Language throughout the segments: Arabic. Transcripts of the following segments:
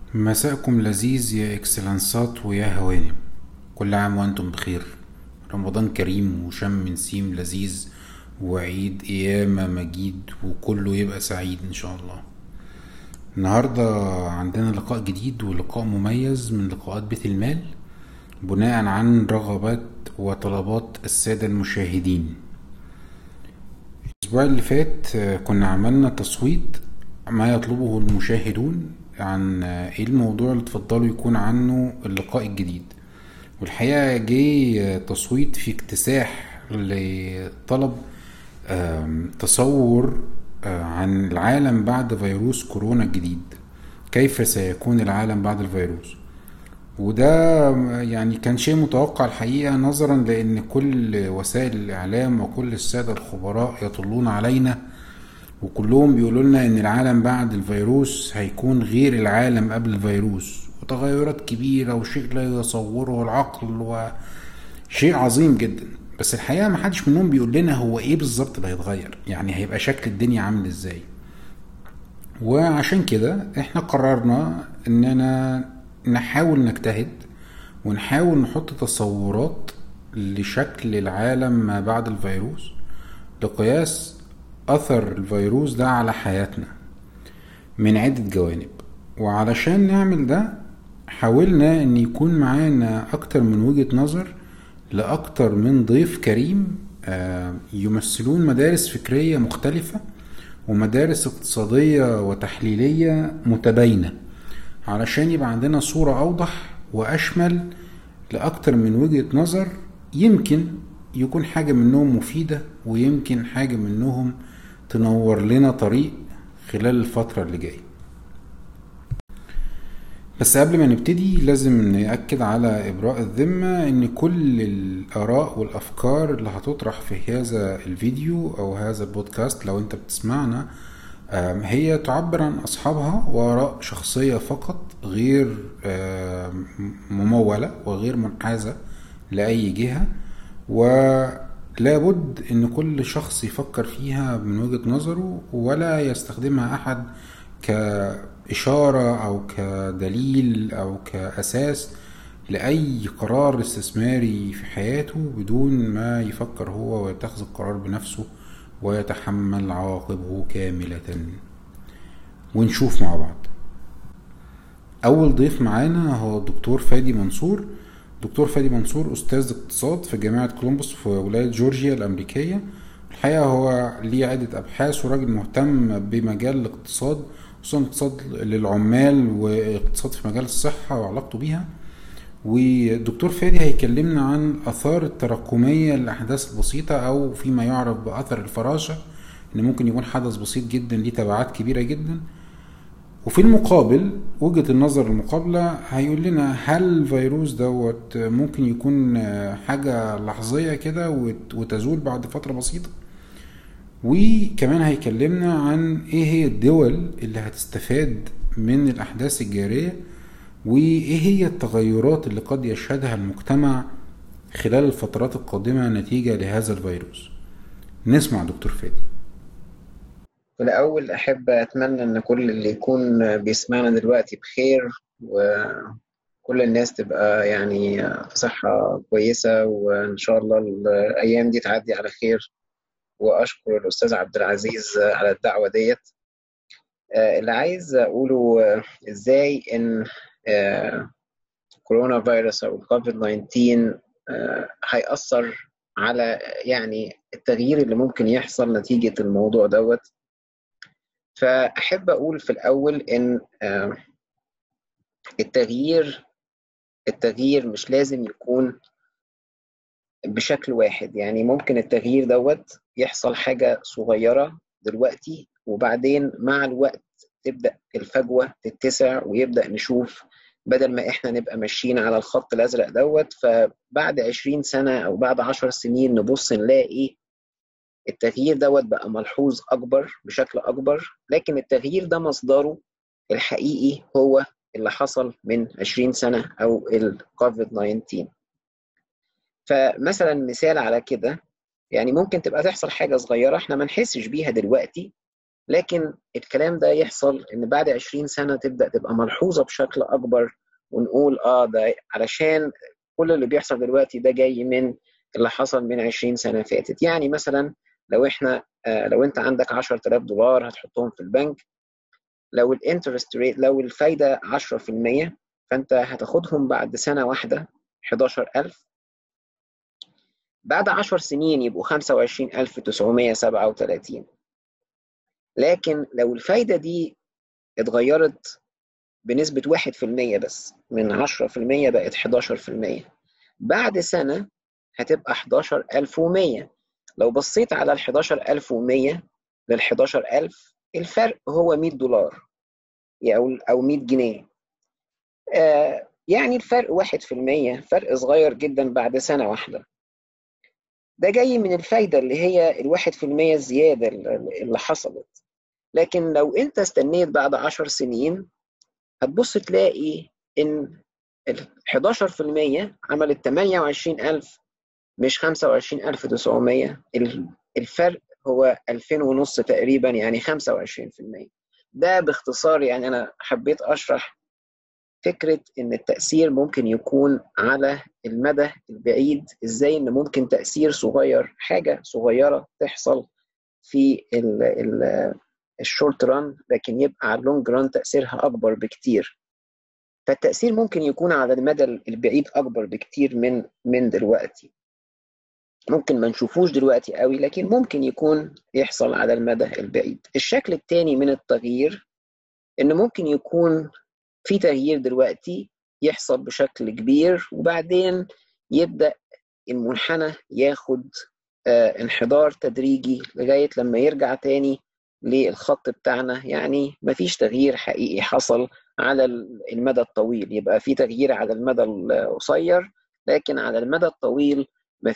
مساءكم لذيذ يا اكسلانسات ويا هوانم. كل عام وانتم بخير. رمضان كريم وشم نسيم لذيذ، وعيد قيامة مجيد، وكله يبقى سعيد ان شاء الله. النهاردة عندنا لقاء جديد ولقاء مميز من لقاءات بيت المال، بناء عن رغبات وطلبات السادة المشاهدين. الأسبوع اللي فات كنا عملنا تصويت ما يطلبه المشاهدون عن ايه الموضوع اللي تفضلوا يكون عنه اللقاء الجديد. والحقيقة جه تصويت في اكتساح لطلب تصور عن العالم بعد فيروس كورونا الجديد. كيف سيكون العالم بعد الفيروس؟ وده يعني كان شيء متوقع الحقيقة، نظرا لأن كل وسائل الإعلام وكل السادة الخبراء يطلون علينا وكلهم بيقولوا لنا ان العالم بعد الفيروس هيكون غير العالم قبل الفيروس، وتغيرات كبيرة وشيء لا يصوره العقل وشيء عظيم جدا. بس الحقيقة محدش منهم بيقول لنا هو ايه بالظبط اللي هيتغير، يعني هيبقى شكل الدنيا عامل ازاي. وعشان كده احنا قررنا اننا نحاول نجتهد ونحاول نحط تصورات لشكل العالم ما بعد الفيروس، لقياس أثر الفيروس ده على حياتنا من عدة جوانب. وعلشان نعمل ده حاولنا ان يكون معانا اكتر من وجهة نظر لأكتر من ضيف كريم يمثلون مدارس فكرية مختلفة ومدارس اقتصادية وتحليلية متباينة، علشان يبقى عندنا صورة أوضح وأشمل لأكتر من وجهة نظر. يمكن يكون حاجة منهم مفيدة، ويمكن حاجة منهم تنور لنا طريق خلال الفترة اللي جاية. بس قبل ما نبتدي لازم نأكد على إبراء الذمة إن كل الآراء والأفكار اللي هتطرح في هذا الفيديو أو هذا البودكاست لو أنت بتسمعنا هي تعبر عن أصحابها وآراء شخصية فقط، غير ممولة وغير منحازة لأي جهة. ولابد ان كل شخص يفكر فيها من وجهة نظره، ولا يستخدمها احد كإشارة او كدليل او كأساس لأي قرار استثماري في حياته بدون ما يفكر هو ويتخذ القرار بنفسه ويتحمل عواقبه كاملة. ونشوف مع بعض. أول ضيف معانا هو الدكتور فادي منصور. دكتور فادي منصور أستاذ اقتصاد في جامعة كولومبوس في ولاية جورجيا الأمريكية. الحقيقة هو ليه عدة أبحاث وراجل مهتم بمجال الاقتصاد، خصوصا اقتصاد للعمال واقتصاد في مجال الصحة وعلاقته بيها. والدكتور فادي هيكلمنا عن أثار التراكمية للأحداث البسيطة، أو فيما يعرف بأثر الفراشة، إن ممكن يكون حدث بسيط جدا ليه تبعات كبيرة جدا. وفي المقابل وجهة النظر المقابلة هيقول لنا هل الفيروس دوت ممكن يكون حاجة لحظية كده وتزول بعد فترة بسيطة. وكمان هيكلمنا عن ايه هي الدول اللي هتستفاد من الأحداث الجارية، وايه هي التغيرات اللي قد يشهدها المجتمع خلال الفترات القادمة نتيجة لهذا الفيروس. نسمع دكتور فادي. في الأول أحب أتمنى إن كل اللي يكون بيسمعنا دلوقتي بخير، وكل الناس تبقى يعني في صحة كويسة، وإن شاء الله الأيام دي تعدي على خير. وأشكر الأستاذ عبد العزيز على الدعوة ديت. اللي عايز أقوله إزاي إن كورونا فيروس أو الكوفيد 19 هيأثر على يعني التغيير اللي ممكن يحصل نتيجة الموضوع دوت. فأحب أقول في الأول إن التغيير مش لازم يكون بشكل واحد. يعني ممكن التغيير دوت يحصل حاجة صغيرة دلوقتي، وبعدين مع الوقت تبدأ الفجوة تتسع، ويبدأ نشوف بدل ما احنا نبقى ماشيين على الخط الأزرق دوت، فبعد 20 سنة أو بعد 10 سنين نبص نلاقي التغيير دوت بقى ملحوظ أكبر بشكل أكبر. لكن التغيير ده مصدره الحقيقي هو اللي حصل من 20 سنة أو الكوفيد 19. فمثلا مثال على كده، يعني ممكن تبقى تحصل حاجة صغيرة احنا ما نحسش بيها دلوقتي، لكن الكلام ده يحصل ان بعد 20 سنة تبدأ تبقى ملحوظة بشكل اكبر، ونقول ده علشان كل اللي بيحصل دلوقتي ده جاي من اللي حصل من 20 سنة فاتت. يعني مثلا لو انت عندك $10,000 هتحطهم في البنك، لو الانترست ريت، لو الفايدة 10%، فانت هتاخدهم بعد سنة واحدة 11,000، بعد 10 سنين يبقوا 25,937. لكن لو الفايدة دي اتغيرت بنسبة 1% بس، من 10% بقت 11%، بعد سنة هتبقى 11,100. لو بصيت على ال 11,100 لل 11,000، الفرق هو $100 أو 100 جنيه. يعني الفرق 1%، فرق صغير جدا بعد سنة واحدة. ده جاي من الفايدة اللي هي 1% الزيادة اللي حصلت. لكن لو انت استنيت بعد 10 سنين هتبص تلاقي ان ال 11% عملت 28,000 مش 25,900. الفرق هو 2,500 تقريبا، يعني 25%. ده باختصار، يعني أنا حبيت أشرح فكرة إن التأثير ممكن يكون على المدى البعيد، إزاي إن ممكن تأثير صغير، حاجة صغيرة تحصل في الشورت ران، لكن يبقى على اللونج ران تأثيرها أكبر بكتير. فالتأثير ممكن يكون على المدى البعيد أكبر بكتير من دلوقتي. ممكن ما نشوفوش دلوقتي قوي، لكن ممكن يكون يحصل على المدى البعيد. الشكل الثاني من التغيير إن ممكن يكون في تغيير دلوقتي يحصل بشكل كبير، وبعدين يبدأ المنحنى ياخد انحدار تدريجي لغاية لما يرجع تاني للخط بتاعنا. يعني مفيش تغيير حقيقي حصل على المدى الطويل. يبقى في تغيير على المدى القصير، لكن على المدى الطويل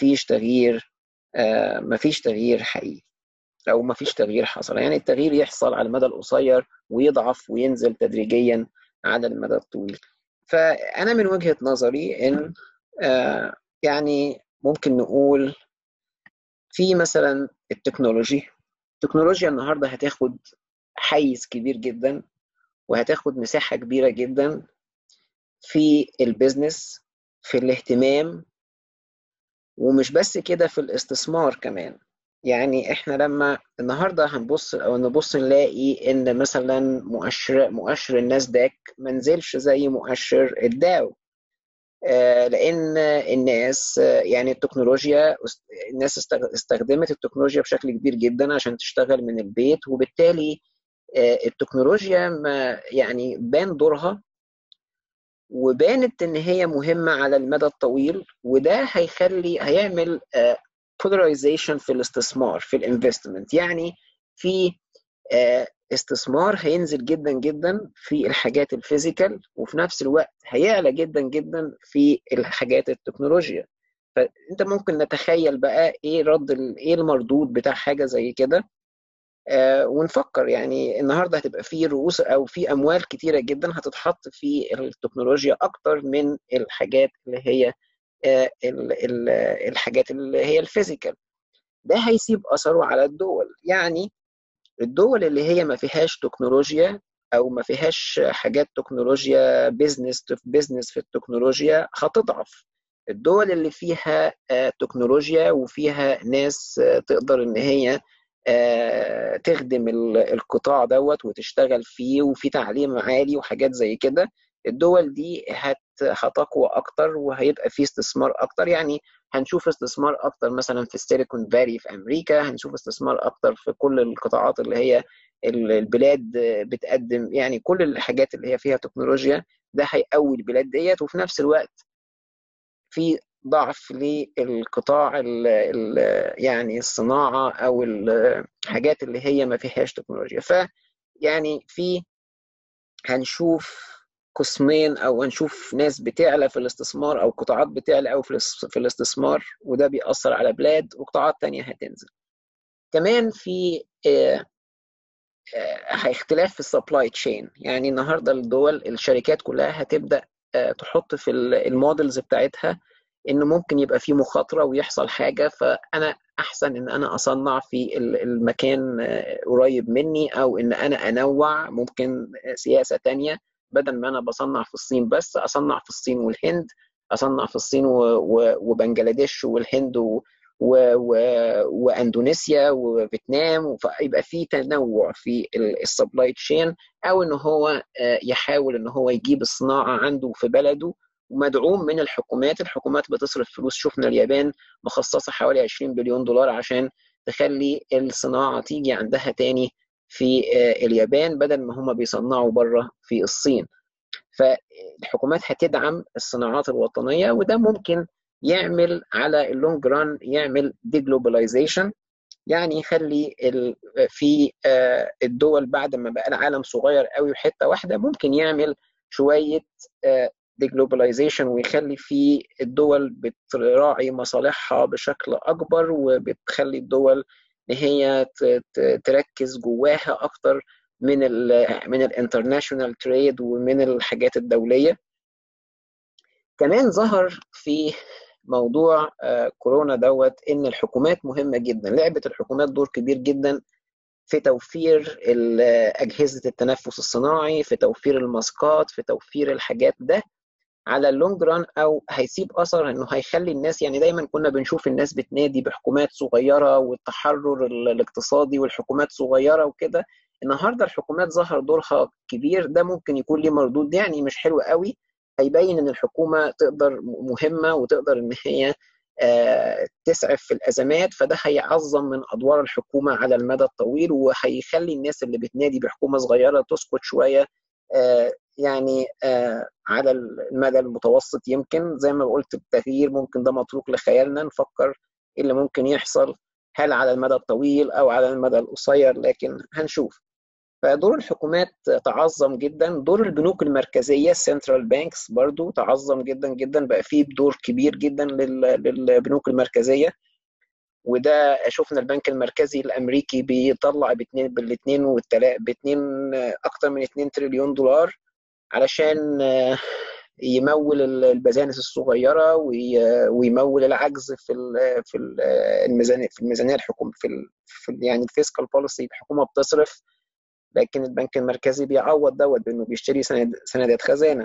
مفيش تغيير حقيقي، أو مفيش تغيير حصل. يعني التغيير يحصل على المدى القصير ويضعف وينزل تدريجيا على المدى الطويل. فأنا من وجهة نظري إن يعني ممكن نقول في مثلا التكنولوجيا النهارده هتاخد حيز كبير جدا، وهتاخد مساحة كبيرة جدا في البيزنس، في الاهتمام، ومش بس كده، في الاستثمار كمان. يعني احنا لما النهارده هنبص او نبص نلاقي ان مثلا مؤشر الناسداك ما نزلش زي مؤشر الداو، لان الناس يعني الناس استخدمت التكنولوجيا بشكل كبير جدا عشان تشتغل من البيت، وبالتالي التكنولوجيا ما يعني بان دورها، وبانت ان هي مهمة على المدى الطويل. وده هيعمل polarization في الاستثمار، في الانفستمنت. يعني في استثمار هينزل جدا جدا في الحاجات الفيزيكال، وفي نفس الوقت هيعلى جدا جدا في الحاجات التكنولوجيا. فانت ممكن نتخيل بقى ايه المردود بتاع حاجة زي كده. ونفكر يعني النهارده هتبقى في رؤوس او في اموال كتيره جدا هتتحط في التكنولوجيا اكتر من الحاجات اللي هي الحاجات اللي هي الفيزيكال. ده هيسيب اثره على الدول. يعني الدول اللي هي ما فيهاش تكنولوجيا، او ما فيهاش حاجات تكنولوجيا، بيزنس في التكنولوجيا، هتضعف. الدول اللي فيها تكنولوجيا وفيها ناس تقدر ان هي تخدم القطاع دوت وتشتغل فيه، وفي تعليم عالي وحاجات زي كده، الدول دي هتقوى اكتر، وهيبقى في استثمار اكتر. يعني هنشوف استثمار اكتر مثلا في السيليكون فالي في امريكا، هنشوف استثمار اكتر في كل القطاعات اللي هي البلاد بتقدم، يعني كل الحاجات اللي هي فيها تكنولوجيا. ده هيقوي البلاد ديت، وفي نفس الوقت في ضعف للقطاع يعني الصناعة أو الحاجات اللي هي ما فيهاش تكنولوجيا. يعني هنشوف قسمين، أو هنشوف ناس بتعلى في الاستثمار، أو قطاعات بتعلى أو في الاستثمار، وده بيأثر على بلاد، وقطاعات تانية هتنزل. كمان في اختلاف في السبلاي تشين. يعني النهارده الشركات كلها هتبدأ تحط في المودلز بتاعتها ان ممكن يبقى في مخاطره ويحصل حاجه، فانا احسن ان انا اصنع في المكان قريب مني، او ان انا انوع. ممكن سياسة تانية، بدل ما انا بصنع في الصين بس، اصنع في الصين والهند، اصنع في الصين وبنجلاديش والهند واندونيسيا وفيتنام، فيبقى في تنوع في السبلاي تشين. او ان هو يحاول ان هو يجيب الصناعه عنده في بلده، ومدعوم من الحكومات. الحكومات بتصرف فلوس. شفنا اليابان مخصصه حوالي 20 بليون دولار عشان تخلي الصناعه تيجي عندها تاني في اليابان، بدل ما هم بيصنعوا بره في الصين. فالحكومات هتدعم الصناعات الوطنيه، وده ممكن يعمل على اللونج ران، يعمل دي جلوباليزيشن، يعني يخلي في الدول بعد ما بقى العالم صغير قوي وحته واحده، ممكن يعمل شويه دي جلوباليزيشن، ويخلي في الدول بتراعي مصالحها بشكل اكبر، وبتخلي الدول ان هي تركز جواها اكتر من الانترناشونال تريد ومن الحاجات الدوليه. كمان ظهر في موضوع كورونا ان الحكومات مهمه جدا. لعبت الحكومات دور كبير جدا في توفير اجهزه التنفس الصناعي، في توفير الماسكات، في توفير الحاجات ده. على اللونج ران او هيسيب اثر، انه هيخلي الناس، يعني دايما كنا بنشوف الناس بتنادي بحكومات صغيره والتحرر الاقتصادي والحكومات صغيره وكده. النهارده الحكومات ظهر دورها كبير، ده ممكن يكون ليه مردود يعني مش حلو قوي. هيبين ان الحكومه تقدر، مهمه، وتقدر ان هي تسعف في الازمات. فده هيعظم من ادوار الحكومه على المدى الطويل، وهيخلي الناس اللي بتنادي بحكومه صغيره تسكت شويه. يعني على المدى المتوسط يمكن زي ما قلت التغيير ممكن ده متروك لخيالنا، نفكر ايه اللي ممكن يحصل، هل على المدى الطويل او على المدى القصير، لكن هنشوف. فدور الحكومات تعظم جدا. دور البنوك المركزية السنترال بانكس برضو تعظم جدا جدا، بقى فيه دور كبير جدا للبنوك المركزية. وده شفنا البنك المركزي الامريكي بيطلع بالاثنين اكتر من 2 تريليون دولار علشان يمول البزانس الصغيره، ويمول العجز في الميزانيه الحكومه، يعني الفيسكال بوليسي الحكومه بتصرف، لكن البنك المركزي بيعوض بانه بيشتري سندات خزانه.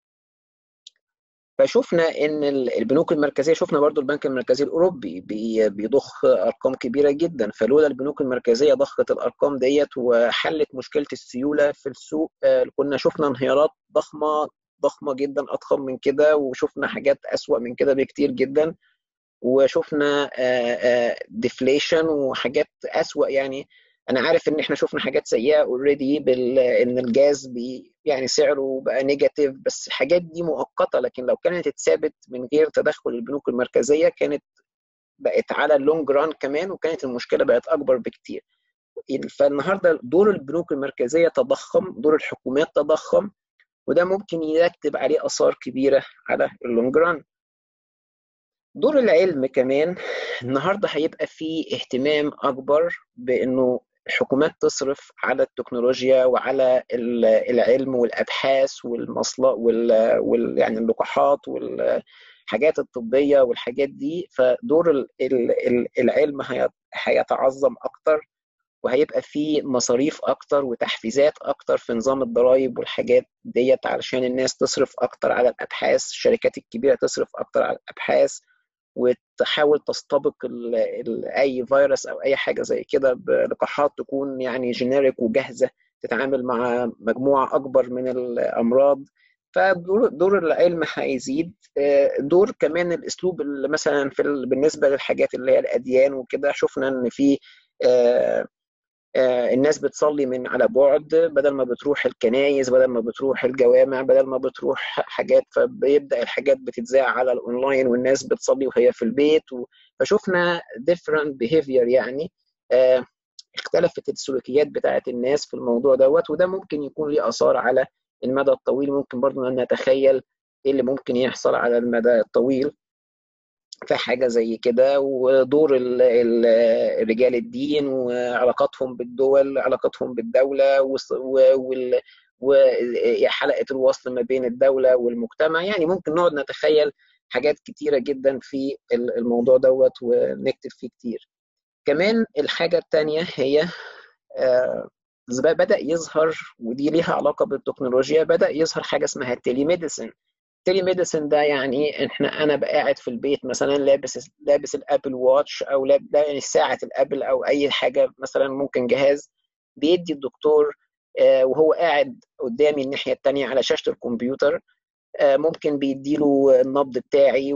فشفنا ان البنوك المركزيه، شفنا برضو البنك المركزي الاوروبي بيضخ ارقام كبيره جدا. فلولا البنوك المركزيه ضخت الارقام وحلت مشكله السيوله في السوق، كنا شفنا انهيارات ضخمه جدا، اضخم من كده، وشفنا حاجات اسوأ من كده بكتير جدا، وشفنا ديفليشن وحاجات اسوأ. يعني انا عارف ان احنا شفنا حاجات سيئه اوريدي، ان الجاز يعني سعره بقى نيجاتيف، بس الحاجات دي مؤقته. لكن لو كانت اتثابت من غير تدخل البنوك المركزيه، كانت بقت على اللونج ران كمان، وكانت المشكله بقت اكبر بكتير. فالنهارده دور البنوك المركزيه تضخم، دور الحكومات تضخم، وده ممكن يرتب عليه اثار كبيره على اللونج ران. دور العلم كمان النهارده هيبقى فيه اهتمام اكبر بانه الحكومات تصرف على التكنولوجيا وعلى العلم والابحاث يعني اللقاحات والحاجات الطبيه والحاجات دي. فدور العلم هيتعظم اكتر، وهيبقى فيه مصاريف اكتر وتحفيزات اكتر في نظام الضرائب والحاجات علشان الناس تصرف اكتر على الابحاث، الشركات الكبيره تصرف اكتر على الابحاث، وتحاول تستبق اي فيروس او اي حاجه زي كده بلقاحات تكون يعني جينيريك وجاهزه تتعامل مع مجموعه اكبر من الامراض. فدور العلم هيزيد. دور كمان الاسلوب اللي مثلا بالنسبه للحاجات اللي هي الاديان وكده، شفنا ان في الناس بتصلي من على بعد، بدل ما بتروح الكنايس، بدل ما بتروح الجوامع، بدل ما بتروح حاجات، فبيبدأ الحاجات بتتذاع على الأونلاين والناس بتصلي وهي في البيت. فشفنا different behavior، يعني اختلفت السلوكيات بتاعت الناس في الموضوع وده ممكن يكون له آثار على المدى الطويل. ممكن برضو أن نتخيل إيه اللي ممكن يحصل على المدى الطويل في حاجة زي كده. ودور رجال الدين وعلاقاتهم بالدول، علاقاتهم بالدولة، وحلقة الوصل ما بين الدولة والمجتمع. يعني ممكن نقعد نتخيل حاجات كتيرة جدا في الموضوع ونكتب فيه كتير. كمان الحاجة التانية هي بدأ يظهر، ودي ليها علاقة بالتكنولوجيا، بدأ يظهر حاجة اسمها التيلي ميديسن. التيلي ميديسن ده يعني انا بقى قاعد في البيت مثلا لابس الابل واتش او يعني ساعة الابل او اي حاجة، مثلا ممكن جهاز بيدي الدكتور وهو قاعد قدامي الناحية التانية على شاشة الكمبيوتر، ممكن بيديله النبض بتاعي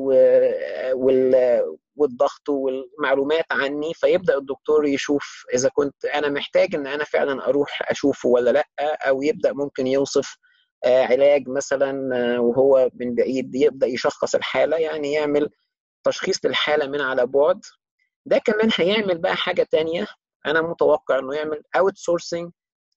والضغط والمعلومات عني، فيبدأ الدكتور يشوف إذا كنت أنا محتاج إن أنا فعلا أروح أشوفه ولا لأ، أو يبدأ ممكن يوصف علاج مثلا، وهو من بعيد يبدأ يشخص الحالة، يعني يعمل تشخيص للحالة من على بعد. ده كمان هيعمل بقى حاجة تانية، أنا متوقع إنه يعمل اوت سورسنج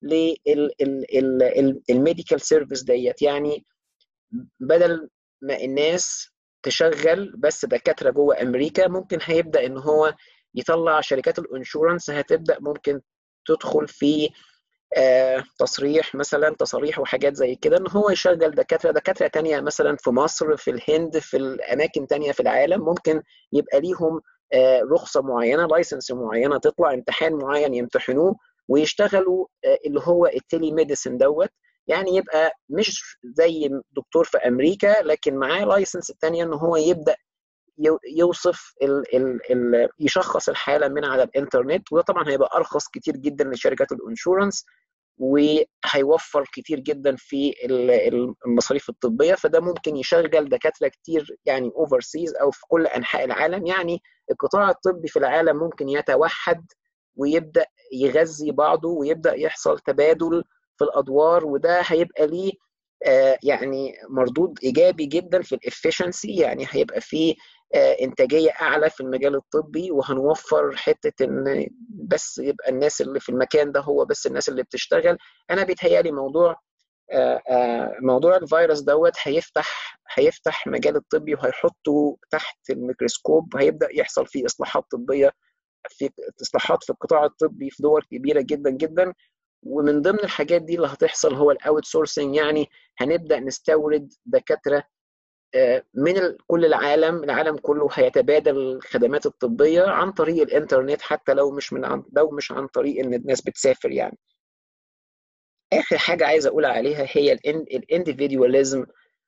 للميديكال سيرفيس ديت. يعني بدل ما الناس تشغل بس دكاترة جوه أمريكا، ممكن هيبدأ إن هو يطلع شركات الانشورنس هتبدأ ممكن تدخل في تصريح مثلا، تصاريح وحاجات زي كده، ان هو يشغل دكاترة تانية مثلا في مصر، في الهند، في الاماكن تانية في العالم، ممكن يبقى ليهم رخصة معينة، لايسنس معينة تطلع، امتحان معين يمتحنوه ويشتغلوا اللي هو التيلي ميديسن دوت. يعني يبقى مش زي دكتور في امريكا، لكن معاه لايسنس التانية ان هو يبدأ يوصف يشخص الحالة من على الانترنت. وده طبعا هيبقى ارخص كتير جدا لشركات الانشورنس، وهيوفر كتير جدا في المصاريف الطبية. فده ممكن يشغل دكاترة كتير يعني اوفرسيز او في كل انحاء العالم. يعني القطاع الطبي في العالم ممكن يتوحد ويبدأ يغذي بعضه، ويبدأ يحصل تبادل في الادوار، وده هيبقى ليه يعني مردود ايجابي جدا في الافشنسي. يعني هيبقى فيه انتاجيه اعلى في المجال الطبي، وهنوفر حته ان بس يبقى الناس اللي في المكان ده هو بس الناس اللي بتشتغل. انا بيتهيالي موضوع الفيروس دوت هيفتح مجال الطبي وهيحطه تحت الميكروسكوب، وهيبدا يحصل فيه اصلاحات طبيه، في اصلاحات في القطاع الطبي في دول كبيره جدا جدا. ومن ضمن الحاجات دي اللي هتحصل هو الاوت سورسنج. يعني هنبدا نستورد دكاتره من كل العالم كله هيتبادل الخدمات الطبيه عن طريق الانترنت، حتى لو مش عن طريق ان الناس بتسافر يعني. اخر حاجه عايز اقول عليها هي الانديفيدواليزم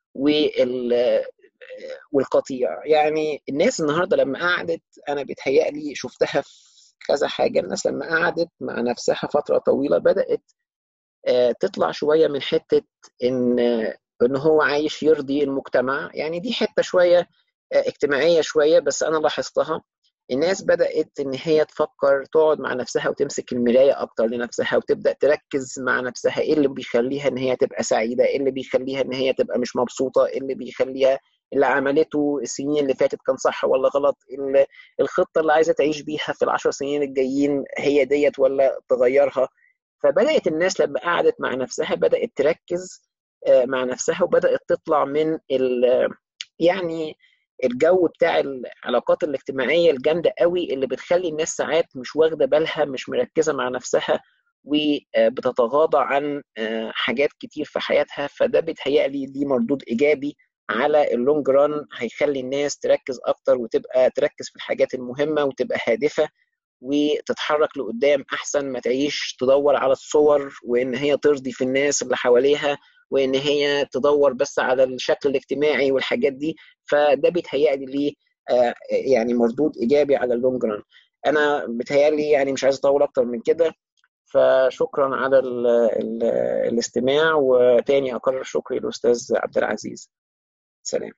والقطيع. يعني الناس النهارده لما قعدت، انا بيتهيألي شفتها في كذا حاجه، الناس لما قعدت مع نفسها فتره طويله بدأت تطلع شويه من حته ان ان هو عايش يرضي المجتمع. يعني دي حته شويه اجتماعيه شويه، بس انا لاحظتها. الناس بدأت ان هي تفكر، تقعد مع نفسها وتمسك المرايه اكتر لنفسها، وتبدأ تركز مع نفسها ايه اللي بيخليها ان هي تبقى سعيده، ايه اللي بيخليها ان هي تبقى مش مبسوطه، ايه اللي بيخليها اللي عملته السنين اللي فاتت كان صح ولا غلط، الخطه اللي عايزه تعيش بيها في ال10 سنين الجايين هي ديت ولا تغيرها. فبدأت الناس لما قعدت مع نفسها بدأت تركز مع نفسها، وبدأت تطلع من يعني الجو بتاع العلاقات الاجتماعية الجامدة قوي اللي بتخلي الناس ساعات مش واخدة بالها، مش مركزة مع نفسها، وبتتغاضى عن حاجات كتير في حياتها. فده بيتهيألي دي مردود إيجابي على اللونج ران، هيخلي الناس تركز أكتر وتبقى تركز في الحاجات المهمة وتبقى هادفة وتتحرك لقدام، احسن ما تعيش تدور على الصور وان هي ترضي في الناس اللي حواليها، وان هي تدور بس على الشكل الاجتماعي والحاجات دي. فده بيتهيألي ليه يعني مردود ايجابي على اللونج ران. انا بيتهيألي يعني مش عايز اطول اكتر من كده، فشكرا على الاستماع، وتاني اكرر شكري للاستاذ عبد العزيز. سلام.